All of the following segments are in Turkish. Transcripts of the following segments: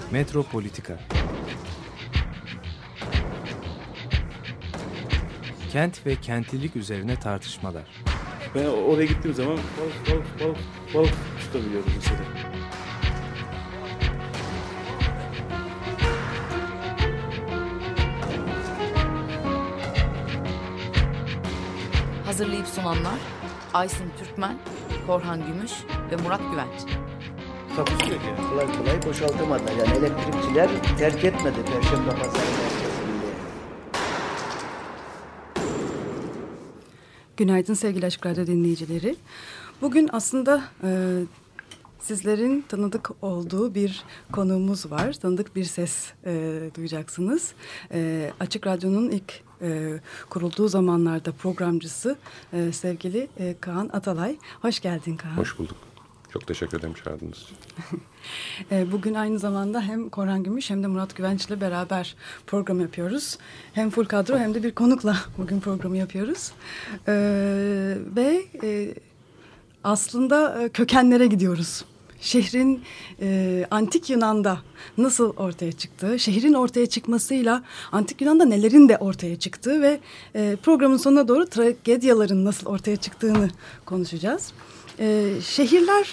Metropolitika. Kent ve kentlilik üzerine tartışmalar. Ben oraya gittiğim zaman balık tutabiliyorum mesela. Hazırlayıp sunanlar Aysin Türkmen, Korhan Gümüş ve Murat Güvenç. Takusuyor ki. Kolay boşaltamadılar. Yani elektrikçiler terk etmedi Perşembe Pazarı merkezinde. Günaydın sevgili Açık Radyo dinleyicileri. Bugün aslında sizlerin tanıdık olduğu bir konuğumuz var. Tanıdık bir ses duyacaksınız. Açık Radyo'nun ilk kurulduğu zamanlarda programcısı sevgili Kaan Atalay. Hoş geldin Kaan. Hoş bulduk. Çok teşekkür ederim çağırdığınız için. Bugün aynı zamanda hem Korhan Gümüş hem de Murat Güvenç ile beraber program yapıyoruz. Hem full kadro hem de bir konukla bugün programı yapıyoruz. Ve aslında kökenlere gidiyoruz. Şehrin Antik Yunan'da nasıl ortaya çıktığı, şehrin ortaya çıkmasıyla Antik Yunan'da nelerin de ortaya çıktığı ve programın sonuna doğru tragedyaların nasıl ortaya çıktığını konuşacağız. Şehirler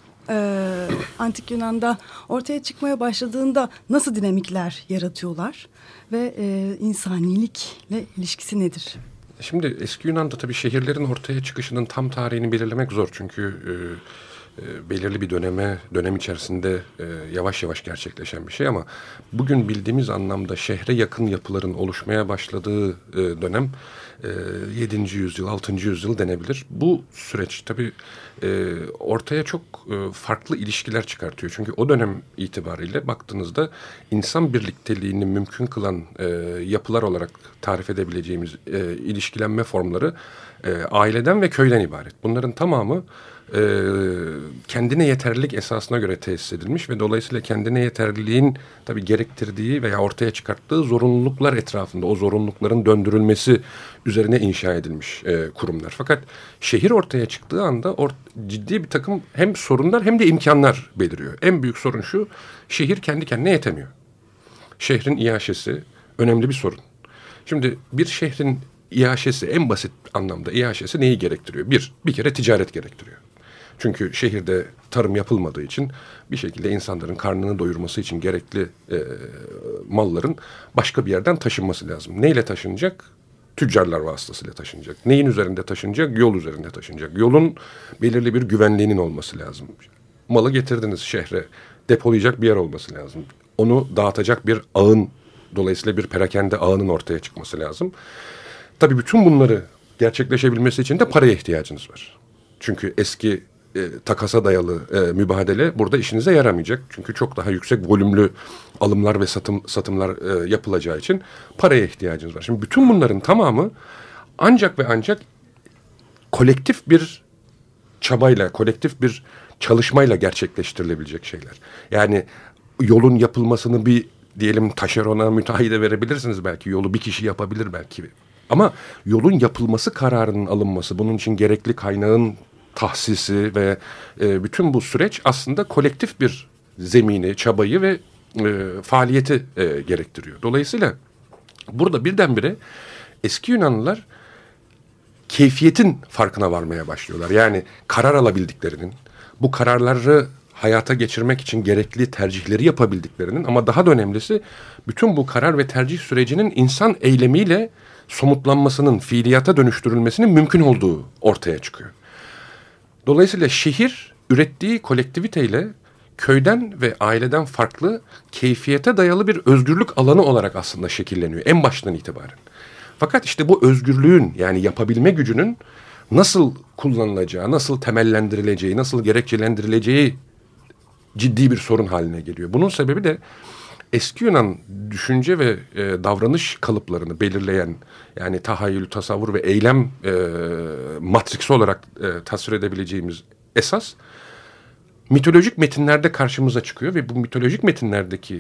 Antik Yunan'da ortaya çıkmaya başladığında nasıl dinamikler yaratıyorlar ve insanilikle ilişkisi nedir? Şimdi eski Yunan'da tabii şehirlerin ortaya çıkışının tam tarihini belirlemek zor. Çünkü belirli bir dönem içerisinde yavaş yavaş gerçekleşen bir şey ama bugün bildiğimiz anlamda şehre yakın yapıların oluşmaya başladığı dönem 7. yüzyıl, 6. yüzyıl denebilir. Bu süreç tabii ortaya çok farklı ilişkiler çıkartıyor. Çünkü o dönem itibariyle baktığınızda insan birlikteliğini mümkün kılan yapılar olarak tarif edebileceğimiz ilişkilenme formları aileden ve köyden ibaret. Bunların tamamı kendine yeterlilik esasına göre tesis edilmiş ve dolayısıyla kendine yeterliliğin tabii gerektirdiği veya ortaya çıkarttığı zorunluluklar etrafında o zorunlulukların döndürülmesi üzerine inşa edilmiş kurumlar. Fakat şehir ortaya çıktığı anda ciddi bir takım hem sorunlar hem de imkanlar beliriyor. En büyük sorun şu: şehir kendi kendine yetemiyor. Şehrin iaşesi önemli bir sorun. Şimdi bir şehrin iaşesi, en basit anlamda iaşesi neyi gerektiriyor? Bir kere ticaret gerektiriyor. Çünkü şehirde tarım yapılmadığı için bir şekilde insanların karnını doyurması için gerekli malların başka bir yerden taşınması lazım. Neyle taşınacak? Tüccarlar vasıtasıyla taşınacak. Neyin üzerinde taşınacak? Yol üzerinde taşınacak. Yolun belirli bir güvenliğinin olması lazım. Malı getirdiniz şehre, depolayacak bir yer olması lazım. Onu dağıtacak bir ağın, dolayısıyla bir perakende ağının ortaya çıkması lazım. Tabii bütün bunları gerçekleşebilmesi için de paraya ihtiyacınız var. Çünkü eski takasa dayalı mübadele burada işinize yaramayacak. Çünkü çok daha yüksek volümlü alımlar ve satımlar yapılacağı için paraya ihtiyacınız var. Şimdi bütün bunların tamamı ancak ve ancak kolektif bir çabayla, kolektif bir çalışmayla gerçekleştirilebilecek şeyler. Yani yolun yapılmasını bir diyelim taşerona, müteahhide verebilirsiniz belki. Yolu bir kişi yapabilir belki. Ama yolun yapılması kararının alınması, bunun için gerekli kaynağın tahsisi ve bütün bu süreç aslında kolektif bir zemini, çabayı ve faaliyeti gerektiriyor. Dolayısıyla burada birdenbire eski Yunanlılar keyfiyetin farkına varmaya başlıyorlar. Yani karar alabildiklerinin, bu kararları hayata geçirmek için gerekli tercihleri yapabildiklerinin ama daha da önemlisi bütün bu karar ve tercih sürecinin insan eylemiyle somutlanmasının, fiiliyata dönüştürülmesinin mümkün olduğu ortaya çıkıyor. Dolayısıyla şehir ürettiği kolektiviteyle köyden ve aileden farklı keyfiyete dayalı bir özgürlük alanı olarak aslında şekilleniyor en baştan itibaren. Fakat işte bu özgürlüğün, yani yapabilme gücünün nasıl kullanılacağı, nasıl temellendirileceği, nasıl gerekçelendirileceği ciddi bir sorun haline geliyor. Bunun sebebi de eski Yunan düşünce ve davranış kalıplarını belirleyen, yani tahayyül, tasavvur ve eylem matriksi olarak tasvir edebileceğimiz esas mitolojik metinlerde karşımıza çıkıyor ve bu mitolojik metinlerdeki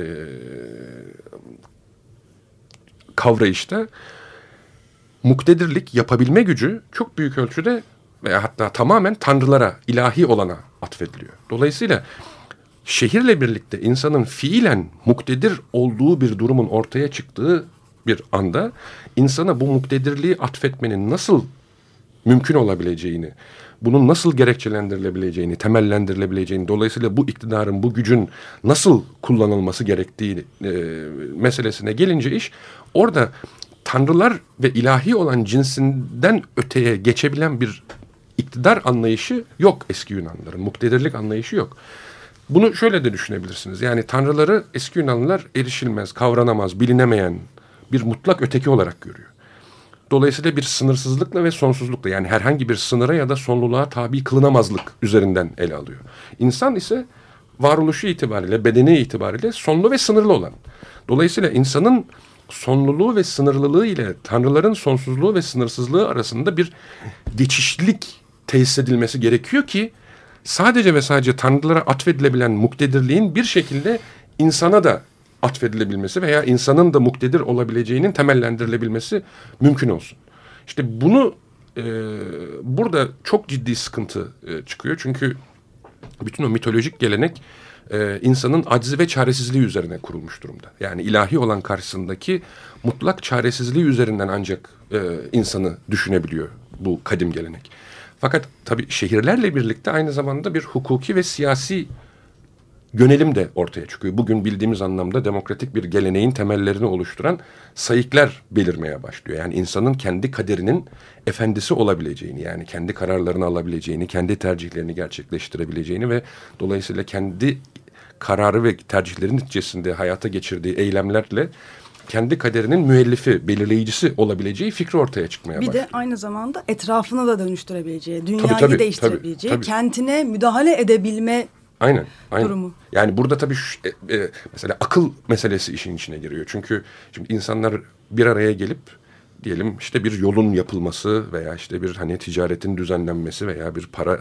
kavrayışta muktedirlik, yapabilme gücü çok büyük ölçüde veya hatta tamamen tanrılara, ilahi olana atfediliyor. Dolayısıyla şehirle birlikte insanın fiilen muktedir olduğu bir durumun ortaya çıktığı bir anda insana bu muktedirliği atfetmenin nasıl mümkün olabileceğini, bunun nasıl gerekçelendirilebileceğini, temellendirilebileceğini, dolayısıyla bu iktidarın, bu gücün nasıl kullanılması gerektiği meselesine gelince iş, orada tanrılar ve ilahi olan cinsinden öteye geçebilen bir iktidar anlayışı yok eski Yunanlıların. Muktedirlik anlayışı yok. Bunu şöyle de düşünebilirsiniz. Yani tanrıları eski Yunanlılar erişilmez, kavranamaz, bilinemeyen bir mutlak öteki olarak görüyor. Dolayısıyla bir sınırsızlıkla ve sonsuzlukla, yani herhangi bir sınıra ya da sonluluğa tabi kılınamazlık üzerinden ele alıyor. İnsan ise varoluşu itibariyle, bedeni itibariyle sonlu ve sınırlı olan. Dolayısıyla insanın sonluluğu ve sınırlılığı ile tanrıların sonsuzluğu ve sınırsızlığı arasında bir geçişlik tesis edilmesi gerekiyor ki sadece ve sadece tanrılara atfedilebilen muktedirliğin bir şekilde insana da atfedilebilmesi veya insanın da muktedir olabileceğinin temellendirilebilmesi mümkün olsun. İşte bunu burada çok ciddi sıkıntı çıkıyor. Çünkü bütün o mitolojik gelenek insanın aczi ve çaresizliği üzerine kurulmuş durumda. Yani ilahi olan karşısındaki mutlak çaresizliği üzerinden ancak insanı düşünebiliyor bu kadim gelenek. Fakat tabii şehirlerle birlikte aynı zamanda bir hukuki ve siyasi yönelim de ortaya çıkıyor. Bugün bildiğimiz anlamda demokratik bir geleneğin temellerini oluşturan sayıklar belirmeye başlıyor. Yani insanın kendi kaderinin efendisi olabileceğini, yani kendi kararlarını alabileceğini, kendi tercihlerini gerçekleştirebileceğini ve dolayısıyla kendi kararı ve tercihlerin neticesinde hayata geçirdiği eylemlerle kendi kaderinin müellifi, belirleyicisi olabileceği fikri ortaya çıkmaya başlıyor. Bir de aynı zamanda etrafını da dönüştürebileceği, dünyayı tabii, değiştirebileceği, tabii. Kentine müdahale edebilme Aynen. durumu. Yani burada tabii mesela akıl meselesi işin içine giriyor. Çünkü şimdi insanlar bir araya gelip diyelim işte bir yolun yapılması veya işte bir hani ticaretin düzenlenmesi veya bir para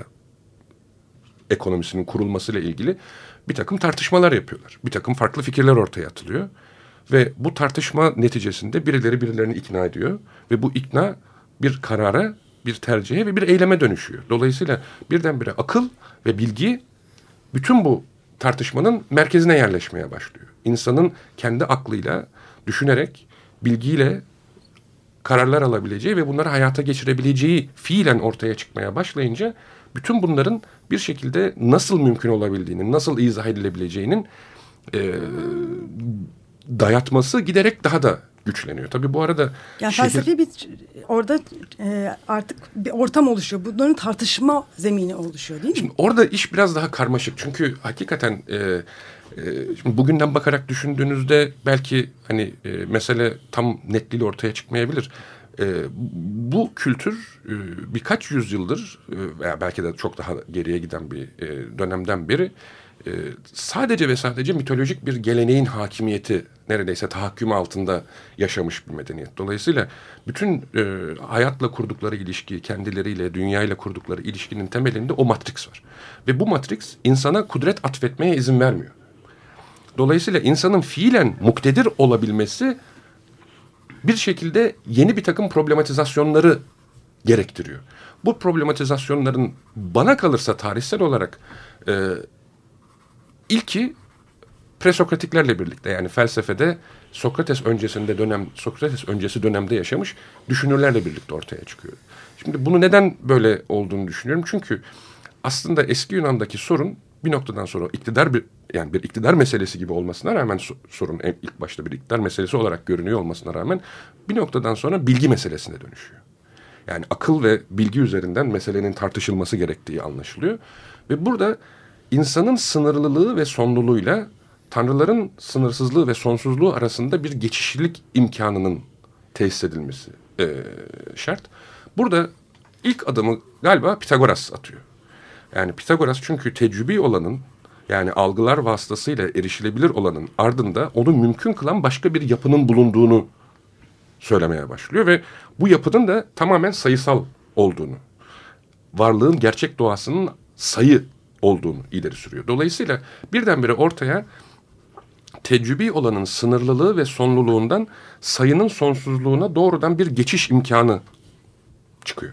ekonomisinin kurulmasıyla ilgili bir takım tartışmalar yapıyorlar. Bir takım farklı fikirler ortaya atılıyor. Ve bu tartışma neticesinde birilerini ikna ediyor. Ve bu ikna bir karara, bir tercihe ve bir eyleme dönüşüyor. Dolayısıyla birdenbire akıl ve bilgi bütün bu tartışmanın merkezine yerleşmeye başlıyor. İnsanın kendi aklıyla, düşünerek, bilgiyle kararlar alabileceği ve bunları hayata geçirebileceği fiilen ortaya çıkmaya başlayınca bütün bunların bir şekilde nasıl mümkün olabildiğinin, nasıl izah edilebileceğinin dayatması giderek daha da güçleniyor. Tabii bu arada yani felsefi bir orada artık bir ortam oluşuyor. Bunların tartışma zemini oluşuyor değil mi? Şimdi orada iş biraz daha karmaşık. Çünkü hakikaten şimdi bugünden bakarak düşündüğünüzde belki hani mesele tam netliğiyle ortaya çıkmayabilir. Bu kültür birkaç yüzyıldır veya belki de çok daha geriye giden bir dönemden beri sadece ve sadece mitolojik bir geleneğin hakimiyeti, neredeyse tahakkümü altında yaşamış bir medeniyet. Dolayısıyla bütün hayatla kurdukları ilişki, kendileriyle, dünyayla kurdukları ilişkinin temelinde o matrix var. Ve bu matrix insana kudret atfetmeye izin vermiyor. Dolayısıyla insanın fiilen muktedir olabilmesi bir şekilde yeni bir takım problematizasyonları gerektiriyor. Bu problematizasyonların bana kalırsa tarihsel olarak ilki presokratiklerle birlikte, yani felsefede Sokrates öncesi dönemde yaşamış düşünürlerle birlikte ortaya çıkıyor. Şimdi bunu neden böyle olduğunu düşünüyorum. Çünkü aslında eski Yunan'daki sorun bir noktadan sonra bir iktidar meselesi gibi olmasına rağmen sorun ilk başta bir iktidar meselesi olarak görünüyor olmasına rağmen bir noktadan sonra bilgi meselesine dönüşüyor. Yani akıl ve bilgi üzerinden meselenin tartışılması gerektiği anlaşılıyor. Ve burada insanın sınırlılığı ve sonluluğuyla tanrıların sınırsızlığı ve sonsuzluğu arasında bir geçişlilik imkanının tesis edilmesi şart. Burada ilk adımı galiba Pitagoras atıyor. Yani Pitagoras çünkü tecrübi olanın, yani algılar vasıtasıyla erişilebilir olanın ardında onu mümkün kılan başka bir yapının bulunduğunu söylemeye başlıyor ve bu yapının da tamamen sayısal olduğunu, varlığın gerçek doğasının sayı olduğunu ileri sürüyor. Dolayısıyla birdenbire ortaya tecrübi olanın sınırlılığı ve sonluluğundan sayının sonsuzluğuna doğrudan bir geçiş imkanı çıkıyor.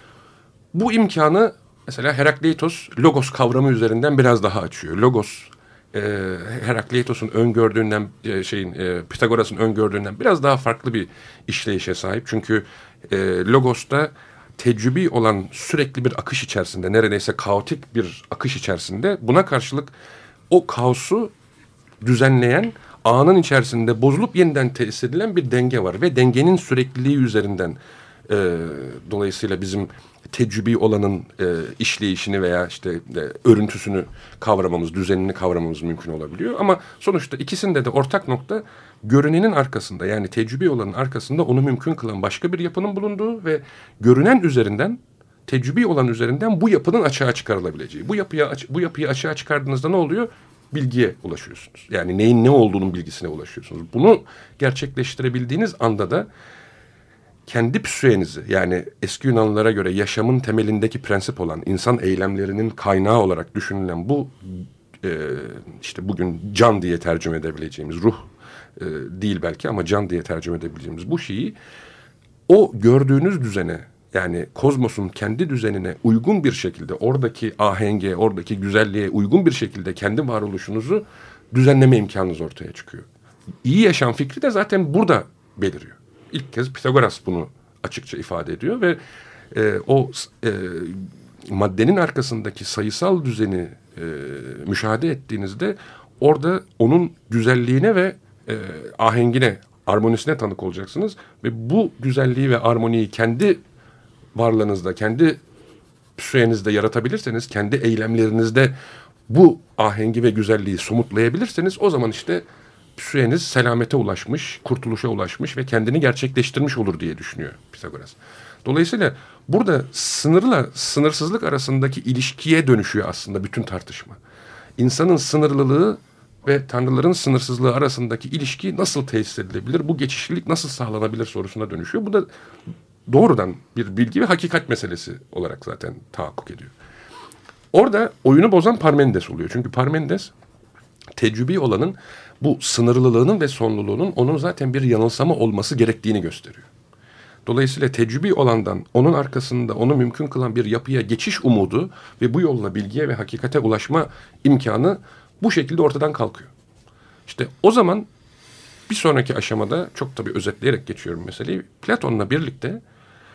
Bu imkanı mesela Herakleitos logos kavramı üzerinden biraz daha açıyor. Logos Herakleitos'un öngördüğünden Pitagoras'ın öngördüğünden biraz daha farklı bir işleyişe sahip. Çünkü Logos'ta tecrübi olan sürekli bir akış içerisinde, neredeyse kaotik bir akış içerisinde, buna karşılık o kaosu düzenleyen, anın içerisinde bozulup yeniden tesis edilen bir denge var. Ve dengenin sürekliliği üzerinden dolayısıyla bizim tecrübi olanın işleyişini veya işte örüntüsünü kavramamız, düzenini kavramamız mümkün olabiliyor. Ama sonuçta ikisinde de ortak nokta, görünenin arkasında, yani tecrübi olanın arkasında onu mümkün kılan başka bir yapının bulunduğu ve görünen üzerinden, tecrübi olan üzerinden bu yapının açığa çıkarılabileceği. Bu yapıyı açığa çıkardığınızda ne oluyor? Bilgiye ulaşıyorsunuz. Yani neyin ne olduğunun bilgisine ulaşıyorsunuz. Bunu gerçekleştirebildiğiniz anda da kendi psüenizi, yani eski Yunanlılara göre yaşamın temelindeki prensip olan, insan eylemlerinin kaynağı olarak düşünülen bu işte bugün can diye tercüme edebileceğimiz, ruh değil belki ama can diye tercüme edebileceğimiz bu şeyi, o gördüğünüz düzene, yani kozmosun kendi düzenine uygun bir şekilde, oradaki ahenge, oradaki güzelliğe uygun bir şekilde kendi varoluşunuzu düzenleme imkanınız ortaya çıkıyor. İyi yaşam fikri de zaten burada beliriyor. İlk kez Pitagoras bunu açıkça ifade ediyor ve maddenin arkasındaki sayısal düzeni müşahede ettiğinizde orada onun güzelliğine ve ahengine, armonisine tanık olacaksınız. Ve bu güzelliği ve armoniyi kendi varlığınızda, kendi psüenizde yaratabilirseniz, kendi eylemlerinizde bu ahengi ve güzelliği somutlayabilirseniz, o zaman işte psüeniz selamete ulaşmış, kurtuluşa ulaşmış ve kendini gerçekleştirmiş olur diye düşünüyor Pitagoras. Dolayısıyla burada sınırla sınırsızlık arasındaki ilişkiye dönüşüyor aslında bütün tartışma. İnsanın sınırlılığı ve tanrıların sınırsızlığı arasındaki ilişki nasıl tesis edilebilir, bu geçişlilik nasıl sağlanabilir sorusuna dönüşüyor. Bu da doğrudan bir bilgi ve hakikat meselesi olarak zaten tahakkuk ediyor. Orada oyunu bozan Parmenides oluyor. Çünkü Parmenides tecrübi olanın bu sınırlılığının ve sonluluğunun onun zaten bir yanılsama olması gerektiğini gösteriyor. Dolayısıyla tecrübi olandan, onun arkasında onu mümkün kılan bir yapıya geçiş umudu ve bu yolla bilgiye ve hakikate ulaşma imkanı bu şekilde ortadan kalkıyor. İşte o zaman bir sonraki aşamada, çok tabii özetleyerek geçiyorum meseleyi, Platon'la birlikte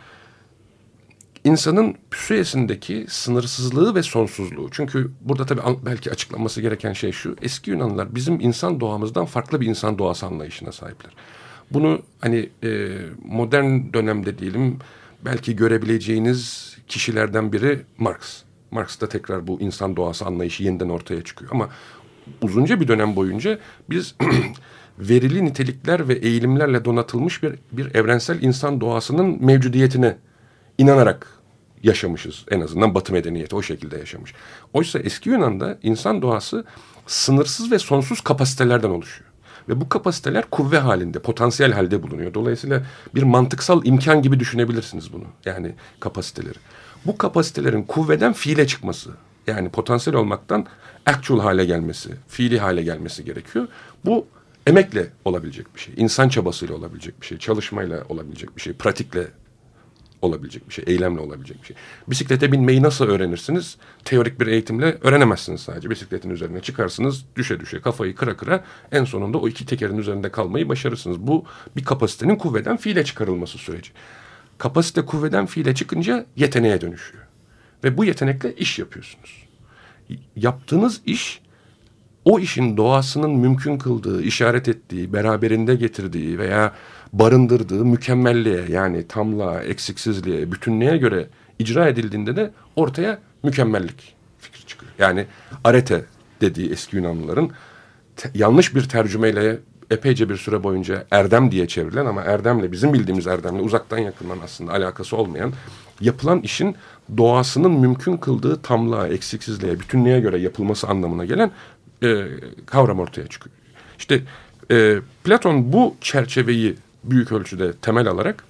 insanın psüesindeki sınırsızlığı ve sonsuzluğu. Çünkü burada tabii belki açıklanması gereken şey şu: eski Yunanlılar bizim insan doğamızdan farklı bir insan doğası anlayışına sahipler. Bunu hani modern dönemde diyelim belki görebileceğiniz kişilerden biri Marx. Marx'ta tekrar bu insan doğası anlayışı yeniden ortaya çıkıyor. Ama uzunca bir dönem boyunca biz verili nitelikler ve eğilimlerle donatılmış bir evrensel insan doğasının mevcudiyetine inanarak yaşamışız. En azından Batı medeniyeti o şekilde yaşamış. Oysa eski Yunan'da insan doğası sınırsız ve sonsuz kapasitelerden oluşuyor. Ve bu kapasiteler kuvve halinde, potansiyel halde bulunuyor. Dolayısıyla bir mantıksal imkan gibi düşünebilirsiniz bunu. Yani kapasiteleri. Bu kapasitelerin kuvveden fiile çıkması, yani potansiyel olmaktan actual hale gelmesi, fiili hale gelmesi gerekiyor. Bu emekle olabilecek bir şey. İnsan çabasıyla olabilecek bir şey. Çalışmayla olabilecek bir şey. Pratikle olabilecek bir şey. Eylemle olabilecek bir şey. Bisiklete binmeyi nasıl öğrenirsiniz? Teorik bir eğitimle öğrenemezsiniz sadece. Bisikletin üzerine çıkarsınız, düşe düşe, kafayı kıra kıra en sonunda o iki tekerin üzerinde kalmayı başarırsınız. Bu bir kapasitenin kuvveden fiile çıkarılması süreci. Kapasite kuvveden fiile çıkınca yeteneğe dönüşüyor. Ve bu yetenekle iş yapıyorsunuz. Yaptığınız iş, o işin doğasının mümkün kıldığı, işaret ettiği, beraberinde getirdiği veya barındırdığı mükemmelliğe, yani tamlığa, eksiksizliğe, bütünlüğe göre icra edildiğinde de ortaya mükemmellik fikri çıkıyor. Yani arete dediği eski Yunanlıların yanlış bir tercümeyle epeyce bir süre boyunca erdem diye çevrilen ama erdemle, bizim bildiğimiz erdemle uzaktan yakından aslında alakası olmayan, yapılan işin doğasının mümkün kıldığı tamlığa, eksiksizliğe, bütünlüğe göre yapılması anlamına gelen kavram ortaya çıkıyor. İşte Platon bu çerçeveyi büyük ölçüde temel alarak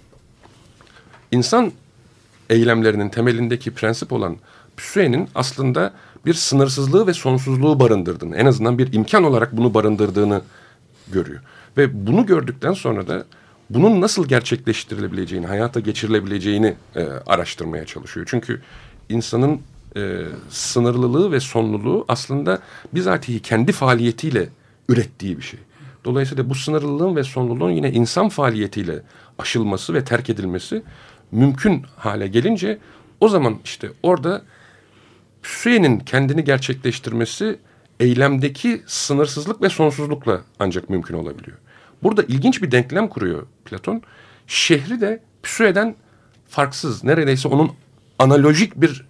insan eylemlerinin temelindeki prensip olan psüenin aslında bir sınırsızlığı ve sonsuzluğu barındırdığını, en azından bir imkan olarak bunu barındırdığını görüyor. Ve bunu gördükten sonra da bunun nasıl gerçekleştirilebileceğini, hayata geçirilebileceğini araştırmaya çalışıyor. Çünkü insanın sınırlılığı ve sonluluğu aslında bizatihi kendi faaliyetiyle ürettiği bir şey. Dolayısıyla bu sınırlılığın ve sonluluğun yine insan faaliyetiyle aşılması ve terk edilmesi mümkün hale gelince o zaman işte orada Püsüye'nin kendini gerçekleştirmesi eylemdeki sınırsızlık ve sonsuzlukla ancak mümkün olabiliyor. Burada ilginç bir denklem kuruyor Platon. Şehri de Püsüye'den farksız, neredeyse onun analojik bir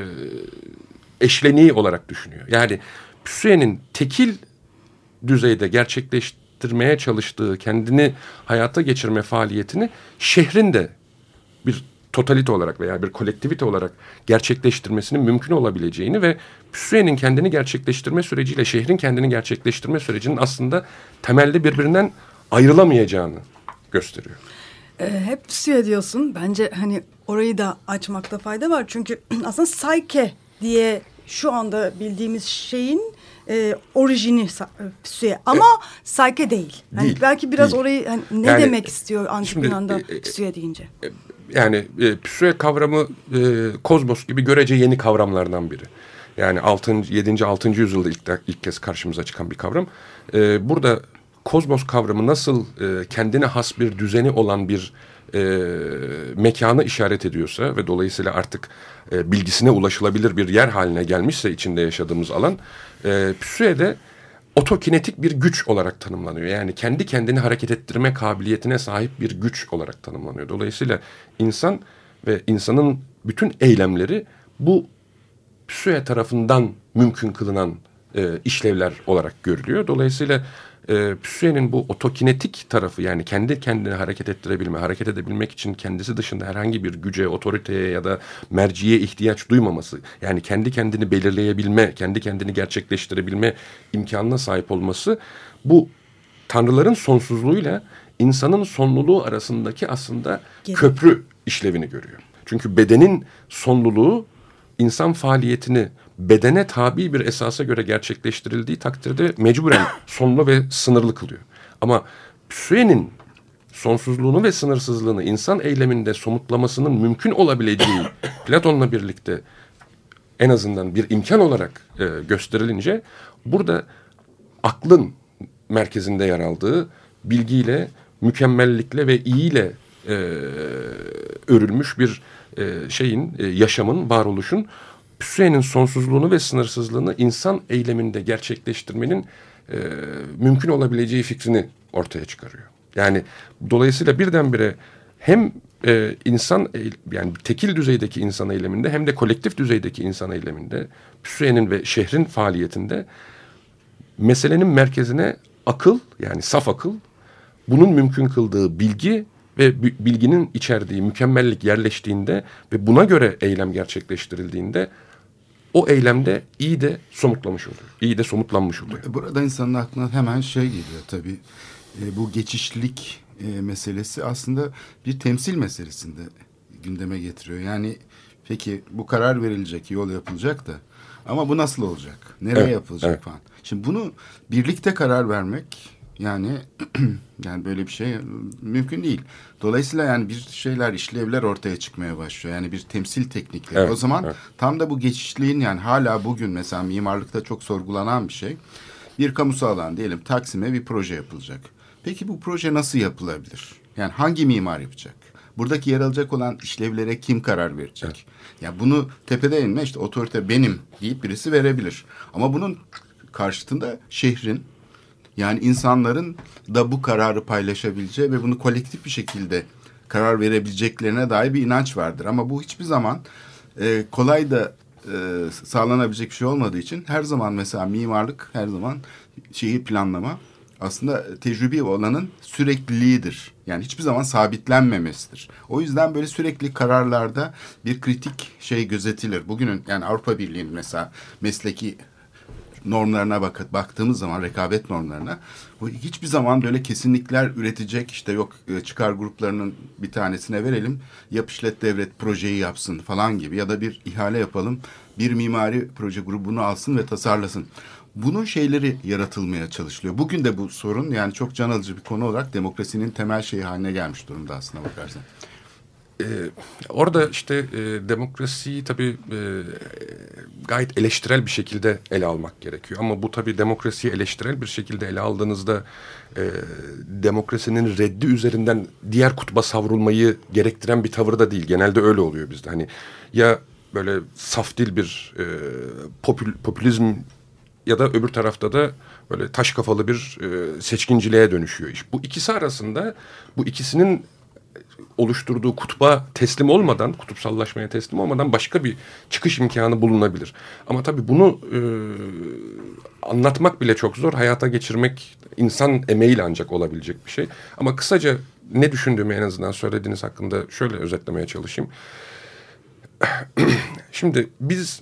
eşleniği olarak düşünüyor. Yani Püsüye'nin tekil düzeyde gerçekleştirmeye çalıştığı, kendini hayata geçirme faaliyetini şehrin de bir totalite olarak veya bir kolektivite olarak gerçekleştirmesinin mümkün olabileceğini ve Püsüye'nin kendini gerçekleştirme süreciyle şehrin kendini gerçekleştirme sürecinin aslında temelde birbirinden ayrılamayacağını gösteriyor. Hep Püsüye diyorsun. Bence hani orayı da açmakta fayda var. Çünkü aslında Psyche diye şu anda bildiğimiz şeyin orijini Püsüye. Ama Psyche değil. Yani Değil. Belki biraz değil. orayı hani ne yani, demek istiyor Antik Yunan'da Püsüye deyince? Yani Püsüye kavramı kozmos gibi görece yeni kavramlardan biri. Yani 7. 6. yüzyılda ilk kez karşımıza çıkan bir kavram. Burada kozmos kavramı nasıl kendine has bir düzeni olan bir mekanı işaret ediyorsa ve dolayısıyla artık bilgisine ulaşılabilir bir yer haline gelmişse içinde yaşadığımız alan, Püsüye'de otokinetik bir güç olarak tanımlanıyor. Yani kendi kendini hareket ettirme kabiliyetine sahip bir güç olarak tanımlanıyor. Dolayısıyla insan ve insanın bütün eylemleri bu Püsüye tarafından mümkün kılınan işlevler olarak görülüyor. Dolayısıyla Püsüye'nin bu otokinetik tarafı, yani kendi kendine hareket ettirebilme, hareket edebilmek için kendisi dışında herhangi bir güce, otoriteye ya da merciye ihtiyaç duymaması, yani kendi kendini belirleyebilme, kendi kendini gerçekleştirebilme imkanına sahip olması, bu tanrıların sonsuzluğuyla insanın sonluluğu arasındaki aslında köprü işlevini görüyor. Çünkü bedenin sonluluğu insan faaliyetini bedene tabi bir esasa göre gerçekleştirildiği takdirde mecburen sonlu ve sınırlı kılıyor. Ama Püsüye'nin sonsuzluğunu ve sınırsızlığını insan eyleminde somutlamasının mümkün olabileceği Platon'la birlikte en azından bir imkan olarak gösterilince burada aklın merkezinde yer aldığı, bilgiyle, mükemmellikle ve iyiyle örülmüş bir yaşamın, varoluşun Püsüye'nin sonsuzluğunu ve sınırsızlığını insan eyleminde gerçekleştirmenin mümkün olabileceği fikrini ortaya çıkarıyor. Yani dolayısıyla birdenbire hem insan, yani tekil düzeydeki insan eyleminde hem de kolektif düzeydeki insan eyleminde, Püsüye'nin ve şehrin faaliyetinde meselenin merkezine akıl, yani saf akıl, bunun mümkün kıldığı bilgi ve bilginin içerdiği mükemmellik yerleştiğinde ve buna göre eylem gerçekleştirildiğinde o eylemde iyi de somutlamış oluyor. İyi de somutlanmış oluyor. Burada insanın aklına hemen şey geliyor tabii. Bu geçişlilik meselesi aslında bir temsil meselesinde gündeme getiriyor. Yani peki bu karar verilecek, yol yapılacak da ama bu nasıl olacak? Nereye yapılacak falan. Şimdi bunu birlikte karar vermek, yani böyle bir şey mümkün değil. Dolayısıyla yani bir şeyler, işlevler ortaya çıkmaya başlıyor. Yani bir temsil teknikleri. Evet, o zaman tam da bu geçişliğin, yani hala bugün mesela mimarlıkta çok sorgulanan bir şey. Bir kamusal alan, diyelim Taksim'e bir proje yapılacak. Peki bu proje nasıl yapılabilir? Yani hangi mimar yapacak? Buradaki yer alacak olan işlevlere kim karar verecek? Evet. Yani bunu tepede inme, işte otorite benim deyip birisi verebilir. Ama bunun karşıtında şehrin, yani insanların da bu kararı paylaşabileceği ve bunu kolektif bir şekilde karar verebileceklerine dair bir inanç vardır. Ama bu hiçbir zaman kolay da sağlanabilecek bir şey olmadığı için her zaman mesela mimarlık, her zaman şehir planlama aslında tecrübi olanın sürekliliğidir. Yani hiçbir zaman sabitlenmemesidir. O yüzden böyle sürekli kararlarda bir kritik şey gözetilir. Bugünün, yani Avrupa Birliği'nin mesela mesleki normlarına baktığımız zaman, rekabet normlarına, bu hiçbir zaman böyle kesinlikler üretecek, işte yok çıkar gruplarının bir tanesine verelim, yap işlet devret projeyi yapsın falan gibi, ya da bir ihale yapalım, bir mimari proje grubunu alsın ve tasarlasın. Bunun şeyleri yaratılmaya çalışılıyor. Bugün de bu sorun, yani çok can alıcı bir konu olarak demokrasinin temel şeyi haline gelmiş durumda aslına bakarsan. Orada işte demokrasiyi tabii gayet eleştirel bir şekilde ele almak gerekiyor. Ama bu tabii demokrasiyi eleştirel bir şekilde ele aldığınızda demokrasinin reddi üzerinden diğer kutba savrulmayı gerektiren bir tavır da değil. Genelde öyle oluyor bizde. Hani ya böyle safdil bir popülizm ya da öbür tarafta da böyle taş kafalı bir seçkinciliğe dönüşüyor iş. Bu ikisi arasında bu ikisinin oluşturduğu kutba teslim olmadan, kutupsallaşmaya teslim olmadan başka bir çıkış imkanı bulunabilir. Ama tabii bunu anlatmak bile çok zor. Hayata geçirmek insan emeğiyle ancak olabilecek bir şey. Ama kısaca ne düşündüğümü en azından söylediğiniz hakkında şöyle özetlemeye çalışayım. Şimdi biz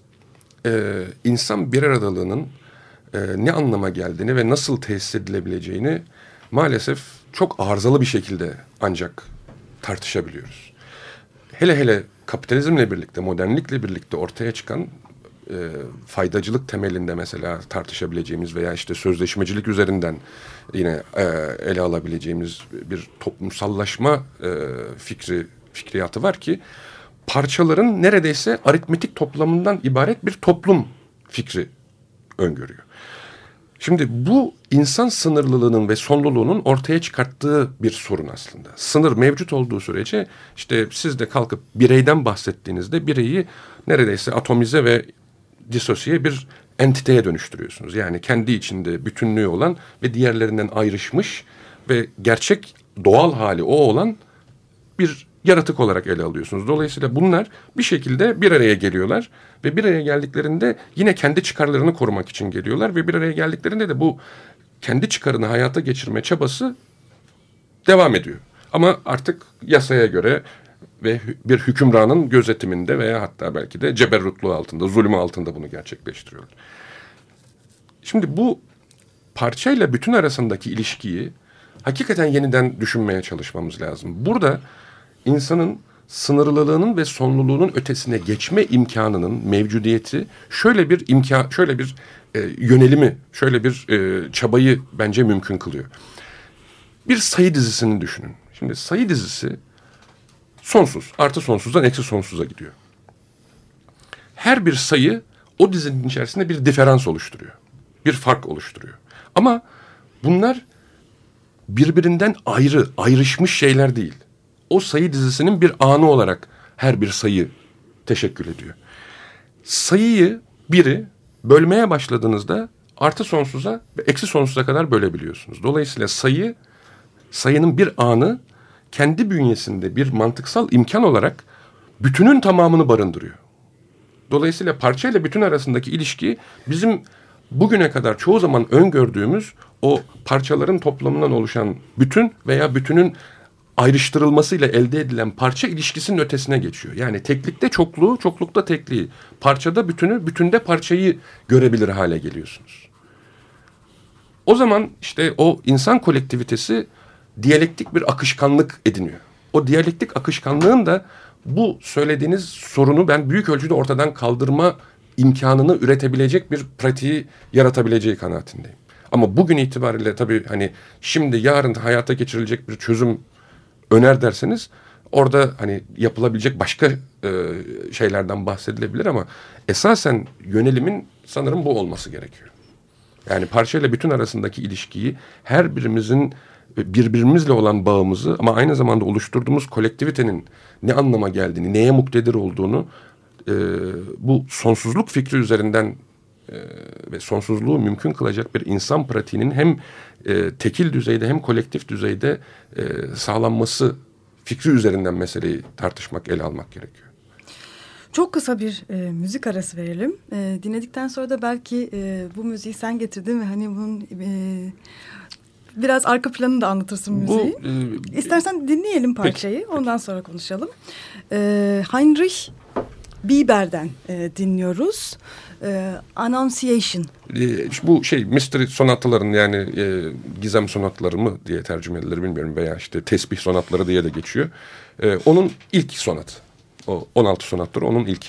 insan bir aradalığının ne anlama geldiğini ve nasıl tesis edilebileceğini maalesef çok arızalı bir şekilde ancak tartışabiliyoruz. Hele hele kapitalizmle birlikte, modernlikle birlikte ortaya çıkan faydacılık temelinde mesela tartışabileceğimiz veya işte sözleşmecilik üzerinden yine ele alabileceğimiz bir toplumsallaşma fikriyatı var ki parçaların neredeyse aritmetik toplamından ibaret bir toplum fikri öngörüyor. Şimdi bu insan sınırlılığının ve sonluluğunun ortaya çıkarttığı bir sorun aslında. Sınır mevcut olduğu sürece işte siz de kalkıp bireyden bahsettiğinizde bireyi neredeyse atomize ve disosiye bir entiteye dönüştürüyorsunuz. Yani kendi içinde bütünlüğü olan ve diğerlerinden ayrışmış ve gerçek doğal hali o olan bir yaratık olarak ele alıyorsunuz. Dolayısıyla bunlar bir şekilde bir araya geliyorlar ve bir araya geldiklerinde yine kendi çıkarlarını korumak için geliyorlar ve bir araya geldiklerinde de bu kendi çıkarını hayata geçirme çabası devam ediyor. Ama artık yasaya göre ve bir hükümranın gözetiminde veya hatta belki de ceberrutluğu altında, zulmü altında bunu gerçekleştiriyorlar. Şimdi bu parçayla bütün arasındaki ilişkiyi hakikaten yeniden düşünmeye çalışmamız lazım. Burada İnsanın sınırlılığının ve sonluluğunun ötesine geçme imkanının mevcudiyeti şöyle bir yönelimi, şöyle bir çabayı bence mümkün kılıyor. Bir sayı dizisini düşünün. Şimdi sayı dizisi sonsuz, artı sonsuzdan eksi sonsuza gidiyor. Her bir sayı o dizinin içerisinde bir diferans oluşturuyor. Bir fark oluşturuyor. Ama bunlar birbirinden ayrışmış şeyler değil. O sayı dizisinin bir anı olarak her bir sayı teşekkül ediyor. Sayıyı biri bölmeye başladığınızda artı sonsuza ve eksi sonsuza kadar bölebiliyorsunuz. Dolayısıyla sayının bir anı kendi bünyesinde bir mantıksal imkan olarak bütünün tamamını barındırıyor. Dolayısıyla parçayla bütün arasındaki ilişki bizim bugüne kadar çoğu zaman öngördüğümüz o parçaların toplamından oluşan bütün veya bütünün ayrıştırılmasıyla elde edilen parça ilişkisinin ötesine geçiyor. Yani teklikte çokluğu, çoklukta tekliği, parçada bütünü, bütünde parçayı görebilir hale geliyorsunuz. O zaman işte o insan kolektivitesi diyalektik bir akışkanlık ediniyor. O diyalektik akışkanlığın da bu söylediğiniz sorunu ben büyük ölçüde ortadan kaldırma imkanını üretebilecek bir pratiği yaratabileceği kanaatindeyim. Ama bugün itibariyle tabii hani şimdi yarın hayata geçirilecek bir çözüm öner derseniz orada hani yapılabilecek başka şeylerden bahsedilebilir ama esasen yönelimin sanırım bu olması gerekiyor. Yani parçayla bütün arasındaki ilişkiyi her birimizin birbirimizle olan bağımızı ama aynı zamanda oluşturduğumuz kolektivitenin ne anlama geldiğini, neye muktedir olduğunu bu sonsuzluk fikri üzerinden ve sonsuzluğu mümkün kılacak bir insan pratiğinin hem tekil düzeyde hem kolektif düzeyde sağlanması fikri üzerinden meseleyi tartışmak, ele almak gerekiyor. Çok kısa bir müzik arası verelim. Dinledikten sonra da belki bu müziği sen getirdin ve hani bunun biraz arka planını da anlatırsın müziği. İstersen dinleyelim parçayı. Peki. Ondan sonra konuşalım. Heinrich Bieber'den dinliyoruz. Annunciation. Bu mystery sonatların yani gizem sonatları mı diye tercüme edilir bilmiyorum veya işte tesbih sonatları diye de geçiyor. Onun ilk sonatı. O 16 sonattır onun ilki.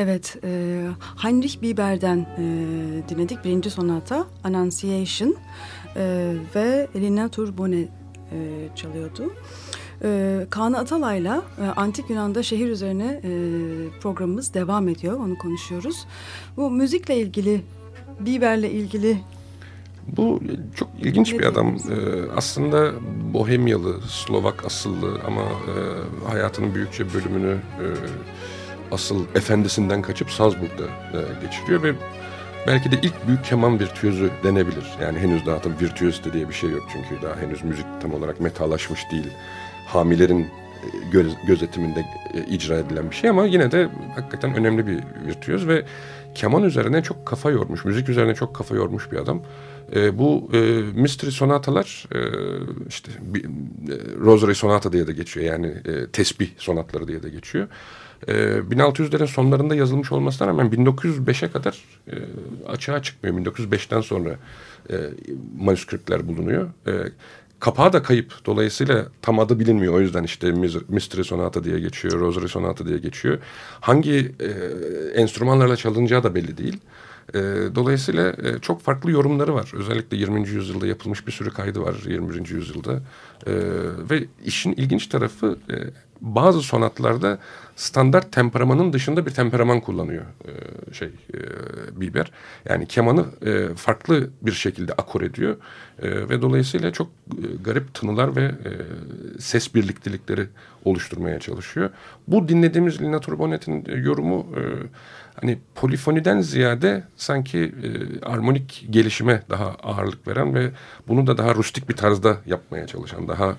Evet, Heinrich Bieber'den dinledik. Birinci sonata Annunciation ve Elina Turbone çalıyordu. Kaan Atalay'la Antik Yunan'da şehir üzerine programımız devam ediyor. Onu konuşuyoruz. Bu müzikle ilgili, Bieber'le ilgili... Bu çok ilginç bir adam. Aslında Bohemyalı, Slovak asıllı ama hayatının büyükçe bölümünü asıl efendisinden kaçıp Salzburg'da geçiriyor ve belki de ilk büyük keman virtüözü denebilir. Yani henüz daha tabii virtüözite diye bir şey yok çünkü daha henüz müzik tam olarak metalaşmış değil. Hamilerin gözetiminde icra edilen bir şey ama yine de hakikaten önemli bir virtüöz ve keman üzerine çok kafa yormuş, müzik üzerine çok kafa yormuş bir adam. Bu Mystery sonatalar işte Rosary sonata diye de geçiyor yani tesbih sonatları diye de geçiyor. 1600'lerin sonlarında yazılmış olmasına rağmen 1905'e kadar açığa çıkmıyor. 1905'ten sonra manuskriptler bulunuyor. Kapağı da kayıp. Dolayısıyla tam adı bilinmiyor. O yüzden işte Mystery Sonata diye geçiyor, Rosary Sonata diye geçiyor. Hangi enstrümanlarla çalınacağı da belli değil. Dolayısıyla çok farklı yorumları var. Özellikle 20. yüzyılda yapılmış bir sürü kaydı var 21. yüzyılda. Ve işin ilginç tarafı bazı sonatlarda standart temperamanın dışında bir temperaman kullanıyor Bieber. Yani kemanı farklı bir şekilde akor ediyor. Ve dolayısıyla çok garip tınılar ve ses birliktelikleri oluşturmaya çalışıyor. Bu dinlediğimiz Elina Turbonet'in yorumu hani polifoniden ziyade sanki armonik gelişime daha ağırlık veren ve bunu da daha rustik bir tarzda yapmaya çalışan, daha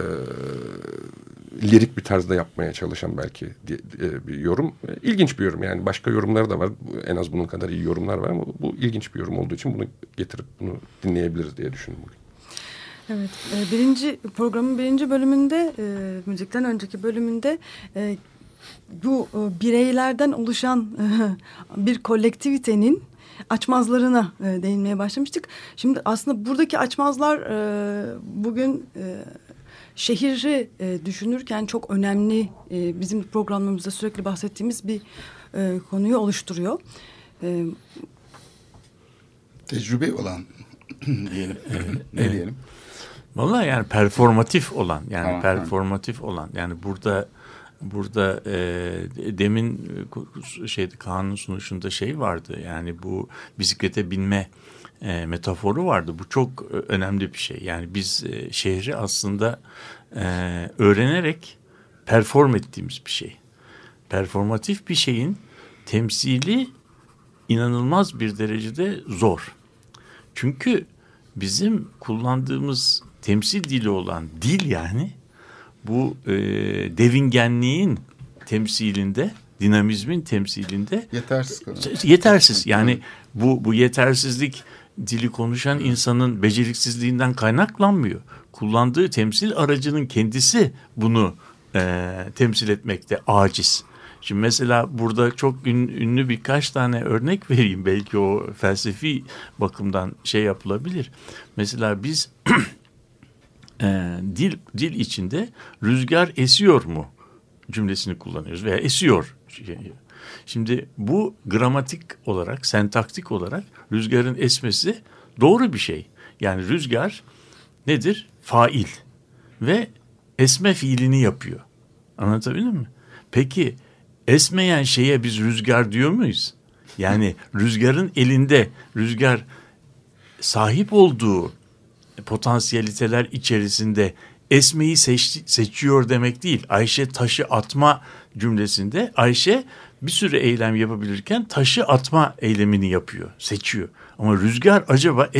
lirik bir tarzda yapmaya çalışan belki bir yorum. İlginç bir yorum yani başka yorumlar da var. En az bunun kadar iyi yorumlar var ama bu ilginç bir yorum olduğu için bunu getirip bunu dinleyebiliriz diye düşündüm bugün. Evet, programın birinci bölümünde, müzikten önceki bölümünde bu bireylerden oluşan bir kolektivitenin açmazlarına değinmeye başlamıştık. Şimdi aslında buradaki açmazlar bugün şehri düşünürken çok önemli, bizim programlarımızda sürekli bahsettiğimiz bir konuyu oluşturuyor. Tecrübe olan diyelim. Ne diyelim? Vallahi yani performatif olan yani burada demin Kaan'ın sunuşunda vardı yani bu bisiklete binme metaforu vardı. Bu çok önemli bir şey. Yani biz şehri aslında öğrenerek perform ettiğimiz bir şey. Performatif bir şeyin temsili inanılmaz bir derecede zor. Çünkü bizim kullandığımız temsil dili olan dil yani bu devingenliğin temsilinde, dinamizmin temsilinde yetersiz. Yani bu yetersizlik dili konuşan insanın beceriksizliğinden kaynaklanmıyor. Kullandığı temsil aracının kendisi bunu temsil etmekte aciz. Şimdi mesela burada çok ünlü birkaç tane örnek vereyim. Belki o felsefi bakımdan yapılabilir. Mesela biz dil içinde rüzgar esiyor mu cümlesini kullanıyoruz veya esiyor. Şimdi bu gramatik olarak, sentaktik olarak rüzgarın esmesi doğru bir şey. Yani rüzgar nedir? Fail ve esme fiilini yapıyor. Anlatabildim mi? Peki esmeyen şeye biz rüzgar diyor muyuz? Yani rüzgarın elinde rüzgar sahip olduğu potansiyeliteler içerisinde esmeyi seçiyor demek değil. Ayşe taşı atma cümlesinde Ayşe bir sürü eylem yapabilirken taşı atma eylemini yapıyor, seçiyor. Ama rüzgar acaba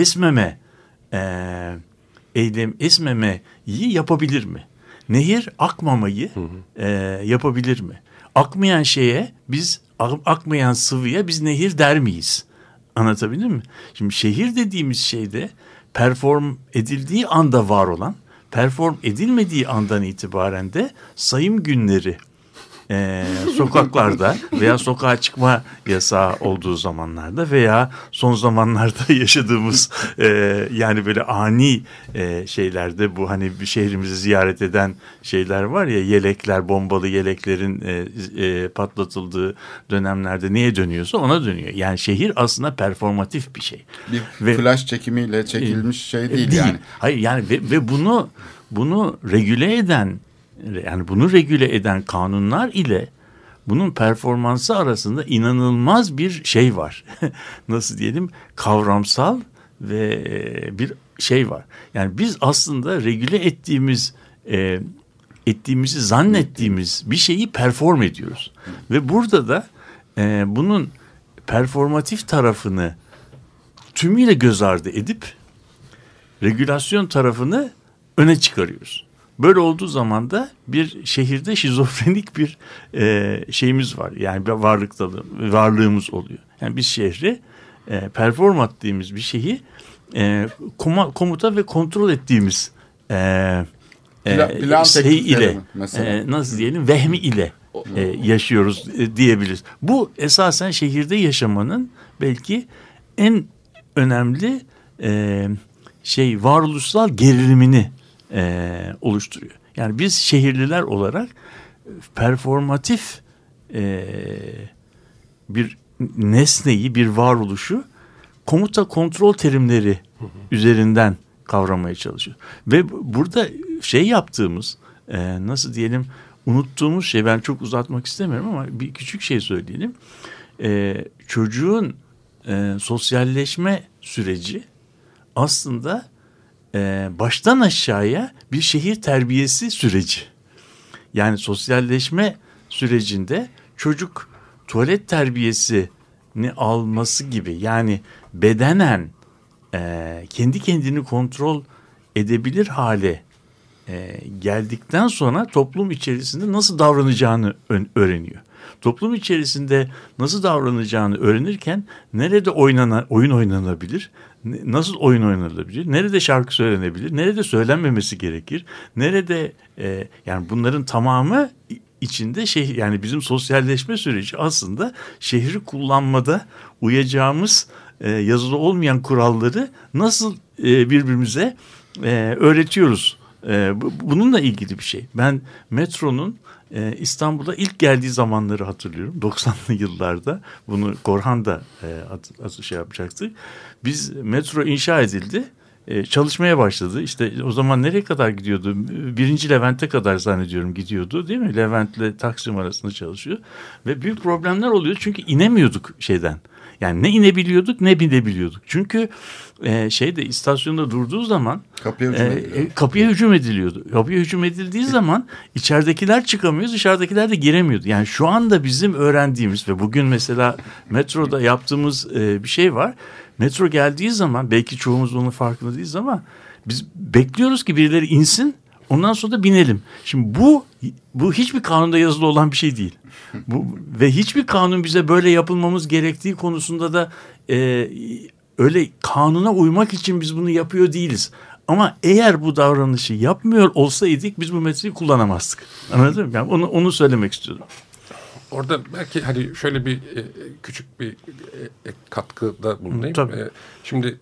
esmemeyi yapabilir mi? Nehir akmamayı yapabilir mi? Akmayan şeye akmayan sıvıya biz nehir der miyiz? Anlatabildim mi? Şimdi şehir dediğimiz şeyde perform edildiği anda var olan, perform edilmediği andan itibaren de sayım günleri sokaklarda veya sokağa çıkma yasağı olduğu zamanlarda veya son zamanlarda yaşadığımız yani böyle ani şeylerde, bu hani bir şehrimizi ziyaret eden şeyler var ya, yelekler, bombalı yeleklerin patlatıldığı dönemlerde neye dönüyorsa ona dönüyor. Yani şehir aslında performatif bir şey. Bir flash çekimiyle çekilmiş şey değil yani. Hayır yani ve bunu regüle eden, yani bunu regüle eden kanunlar ile bunun performansı arasında inanılmaz bir şey var. Nasıl diyelim, kavramsal ve bir şey var. Yani biz aslında regüle ettiğimizi zannettiğimiz bir şeyi perform ediyoruz. Ve burada da bunun performatif tarafını tümüyle göz ardı edip regülasyon tarafını öne çıkarıyoruz. Böyle olduğu zaman da bir şehirde şizofrenik bir şeyimiz var. Yani bir varlığımız oluyor. Yani biz şehri perform ettiğimiz bir şeyi komuta ve kontrol ettiğimiz plan şey ile mesela. Nasıl diyelim, vehmi ile yaşıyoruz diyebiliriz. Bu esasen şehirde yaşamanın belki en önemli varoluşsal gerilimini oluşturuyor. Yani biz şehirliler olarak performatif bir nesneyi, bir varoluşu komuta kontrol terimleri üzerinden kavramaya çalışıyoruz. Ve burada yaptığımız, nasıl diyelim, unuttuğumuz şey, ben çok uzatmak istemiyorum ama bir küçük şey söyleyelim. Çocuğun sosyalleşme süreci aslında baştan aşağıya bir şehir terbiyesi süreci. Yani sosyalleşme sürecinde çocuk tuvalet terbiyesini alması gibi, yani bedenen kendi kendini kontrol edebilir hale geldikten sonra toplum içerisinde nasıl davranacağını öğreniyor. Toplum içerisinde nasıl davranacağını öğrenirken nerede oyun oynanabilir, nasıl oyun oynanabilir, nerede şarkı söylenebilir, nerede söylenmemesi gerekir, nerede yani bunların tamamı içinde yani bizim sosyalleşme süreci aslında şehri kullanmada uyacağımız yazılı olmayan kuralları nasıl birbirimize öğretiyoruz. Bununla ilgili bir şey. Ben metronun İstanbul'a ilk geldiği zamanları hatırlıyorum. 90'lı yıllarda. Bunu Korhan da yapacaktı. Biz, metro inşa edildi. Çalışmaya başladı. İşte o zaman nereye kadar gidiyordu? 1. Levent'e kadar zannediyorum gidiyordu, değil mi? Levent'le Taksim arasında çalışıyor. Ve büyük problemler oluyor çünkü inemiyorduk şeyden. Yani ne inebiliyorduk ne binebiliyorduk. Çünkü istasyonda durduğu zaman kapıya hücum ediliyordu. Kapıya hücum edildiği zaman içeridekiler çıkamıyor, dışarıdakiler de giremiyordu. Yani şu anda bizim öğrendiğimiz ve bugün mesela metroda yaptığımız bir şey var. Metro geldiği zaman, belki çoğumuz onun farkında değiliz ama biz bekliyoruz ki birileri insin, ondan sonra da binelim. Şimdi bu hiçbir kanunda yazılı olan bir şey değil. Ve hiçbir kanun bize böyle yapılmamız gerektiği konusunda da öyle kanuna uymak için biz bunu yapıyor değiliz. Ama eğer bu davranışı yapmıyor olsaydık biz bu metroyu kullanamazdık. Anladın mı? Yani onu söylemek istiyorum. Orada belki hani şöyle bir küçük bir katkıda bulunayım. Şimdi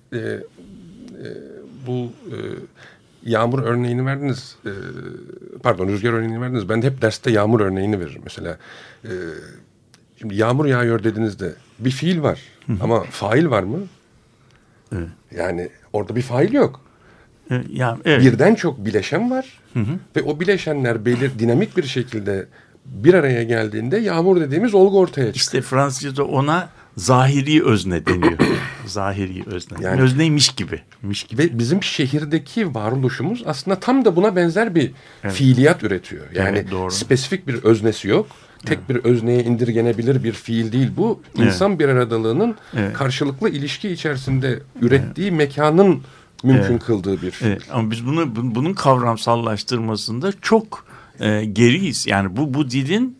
bu yağmur örneğini verdiniz. Rüzgar örneğini verdiniz. Ben de hep derste yağmur örneğini veririm. Mesela şimdi yağmur yağıyor dediğinizde bir fiil var. Ama fail var mı? Evet. Yani orada bir fail yok. Evet. Birden çok bileşen var. Ve o bileşenler dinamik bir şekilde bir araya geldiğinde yağmur dediğimiz olgu ortaya çıkıyor. İşte Fransızca'da ona zahiri özne deniyor. Zahiri özne. Yani özneymiş gibi. Ve bizim şehirdeki varoluşumuz aslında tam da buna benzer bir fiiliyat üretiyor. Yani spesifik bir öznesi yok. Tek bir özneye indirgenebilir bir fiil değil bu. İnsan bir aradalığının karşılıklı ilişki içerisinde ürettiği mekanın mümkün kıldığı bir fiil. Ama biz bunun kavramsallaştırmasında çok geriyiz. Yani bu dilin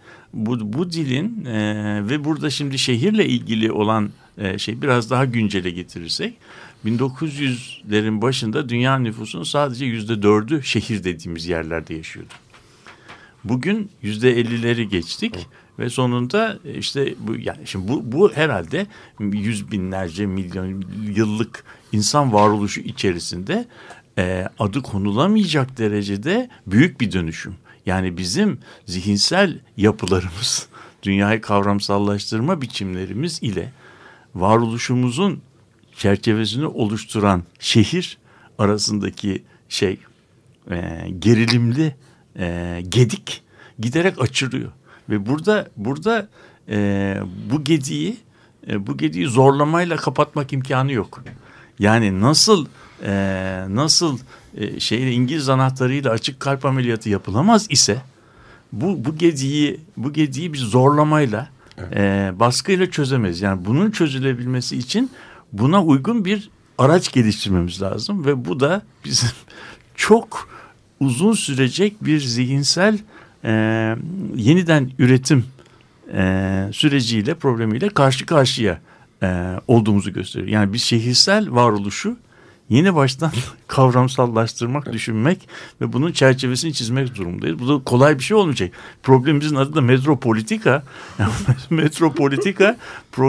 ve burada şimdi şehirle ilgili olan şey biraz daha güncele getirirsek, 1900'lerin başında dünya nüfusunun sadece %4'ü şehir dediğimiz yerlerde yaşıyordu. Bugün %50'leri geçtik ve sonunda işte bu, yani şimdi bu herhalde yüz binlerce milyon yıllık insan varoluşu içerisinde adı konulamayacak derecede büyük bir dönüşüm. Yani bizim zihinsel yapılarımız, dünyayı kavramsallaştırma biçimlerimiz ile varoluşumuzun çerçevesini oluşturan şehir arasındaki gerilimli gedik giderek açılıyor ve burada bu gediği zorlamayla kapatmak imkanı yok. Yani nasıl İngiliz anahtarıyla açık kalp ameliyatı yapılamaz ise bu gediği bir zorlamayla baskıyla çözemeyiz. Yani bunun çözülebilmesi için buna uygun bir araç geliştirmemiz lazım ve bu da bizim çok uzun sürecek bir zihinsel yeniden üretim süreciyle, problemiyle karşı karşıya olduğumuzu gösteriyor. Yani biz şehirsel varoluşu yeni baştan kavramsallaştırmak, düşünmek ve bunun çerçevesini çizmek durumundayız. Bu da kolay bir şey olmayacak. Problemimizin adı da metropolitika. Yani metropolitika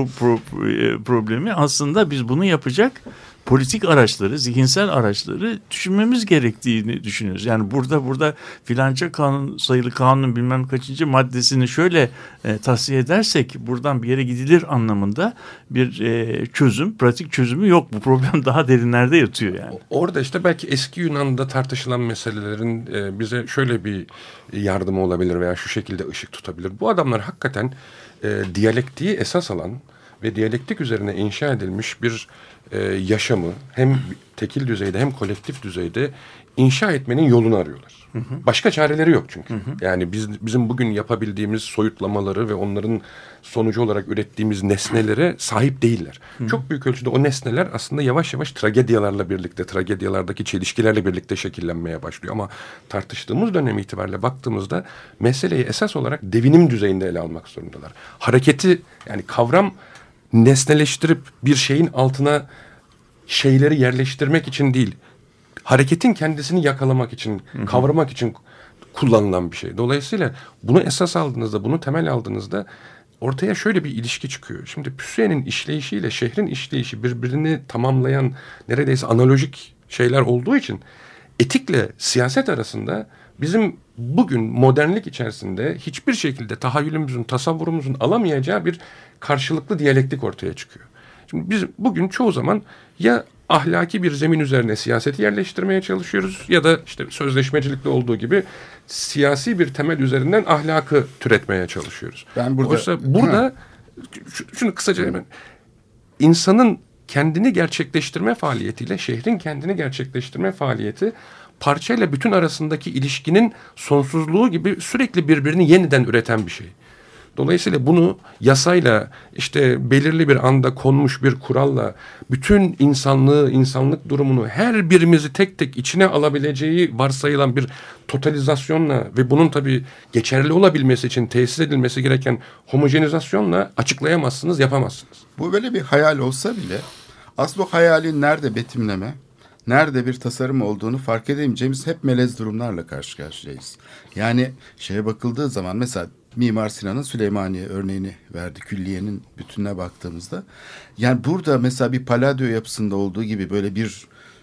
problemi aslında biz bunu yapacak politik araçları, zihinsel araçları düşünmemiz gerektiğini düşünüyoruz. Yani burada filanca kanun, sayılı kanunun bilmem kaçıncı maddesini şöyle tahsiye edersek buradan bir yere gidilir anlamında bir çözüm, pratik çözümü yok. Bu problem daha derinlerde yatıyor yani. Orada işte belki eski Yunan'da tartışılan meselelerin bize şöyle bir yardımı olabilir veya şu şekilde ışık tutabilir. Bu adamlar hakikaten diyalektiği esas alan ve diyalektik üzerine inşa edilmiş bir yaşamı hem tekil düzeyde hem kolektif düzeyde inşa etmenin yolunu arıyorlar. Hı hı. Başka çareleri yok çünkü. Hı hı. Yani bizim bugün yapabildiğimiz soyutlamaları ve onların sonucu olarak ürettiğimiz nesnelere sahip değiller. Hı hı. Çok büyük ölçüde o nesneler aslında yavaş yavaş tragedyalarla birlikte, tragedyalardaki çelişkilerle birlikte şekillenmeye başlıyor. Ama tartıştığımız dönem itibariyle baktığımızda meseleyi esas olarak devinim düzeyinde ele almak zorundalar. Hareketi, yani kavram nesneleştirip bir şeyin altına şeyleri yerleştirmek için değil, hareketin kendisini yakalamak için, kavramak için kullanılan bir şey. Dolayısıyla bunu esas aldığınızda, bunu temel aldığınızda ortaya şöyle bir ilişki çıkıyor. Şimdi Pusey'nin işleyişiyle şehrin işleyişi birbirini tamamlayan neredeyse analojik şeyler olduğu için etikle siyaset arasında bizim bugün modernlik içerisinde hiçbir şekilde tahayyülümüzün, tasavvurumuzun alamayacağı bir karşılıklı diyalektik ortaya çıkıyor. Şimdi biz bugün çoğu zaman ya ahlaki bir zemin üzerine siyaseti yerleştirmeye çalışıyoruz ya da işte sözleşmecilikte olduğu gibi siyasi bir temel üzerinden ahlakı türetmeye çalışıyoruz. Oysa burada şunu kısaca hemen, insanın kendini gerçekleştirme faaliyetiyle şehrin kendini gerçekleştirme faaliyeti parçayla bütün arasındaki ilişkinin sonsuzluğu gibi sürekli birbirini yeniden üreten bir şey. Dolayısıyla bunu yasayla, işte belirli bir anda konmuş bir kuralla bütün insanlığı, insanlık durumunu her birimizi tek tek içine alabileceği varsayılan bir totalizasyonla ve bunun tabii geçerli olabilmesi için tesis edilmesi gereken homojenizasyonla açıklayamazsınız, yapamazsınız. Bu böyle bir hayal olsa bile aslında o hayalin nerede betimleme, nerede bir tasarım olduğunu fark edemeyeceğimiz hep melez durumlarla karşı karşıyayız. Yani şeye bakıldığı zaman mesela Mimar Sinan'ın Süleymaniye örneğini verdi. Külliyenin bütününe baktığımızda. Yani burada mesela bir Palladio yapısında olduğu gibi böyle bir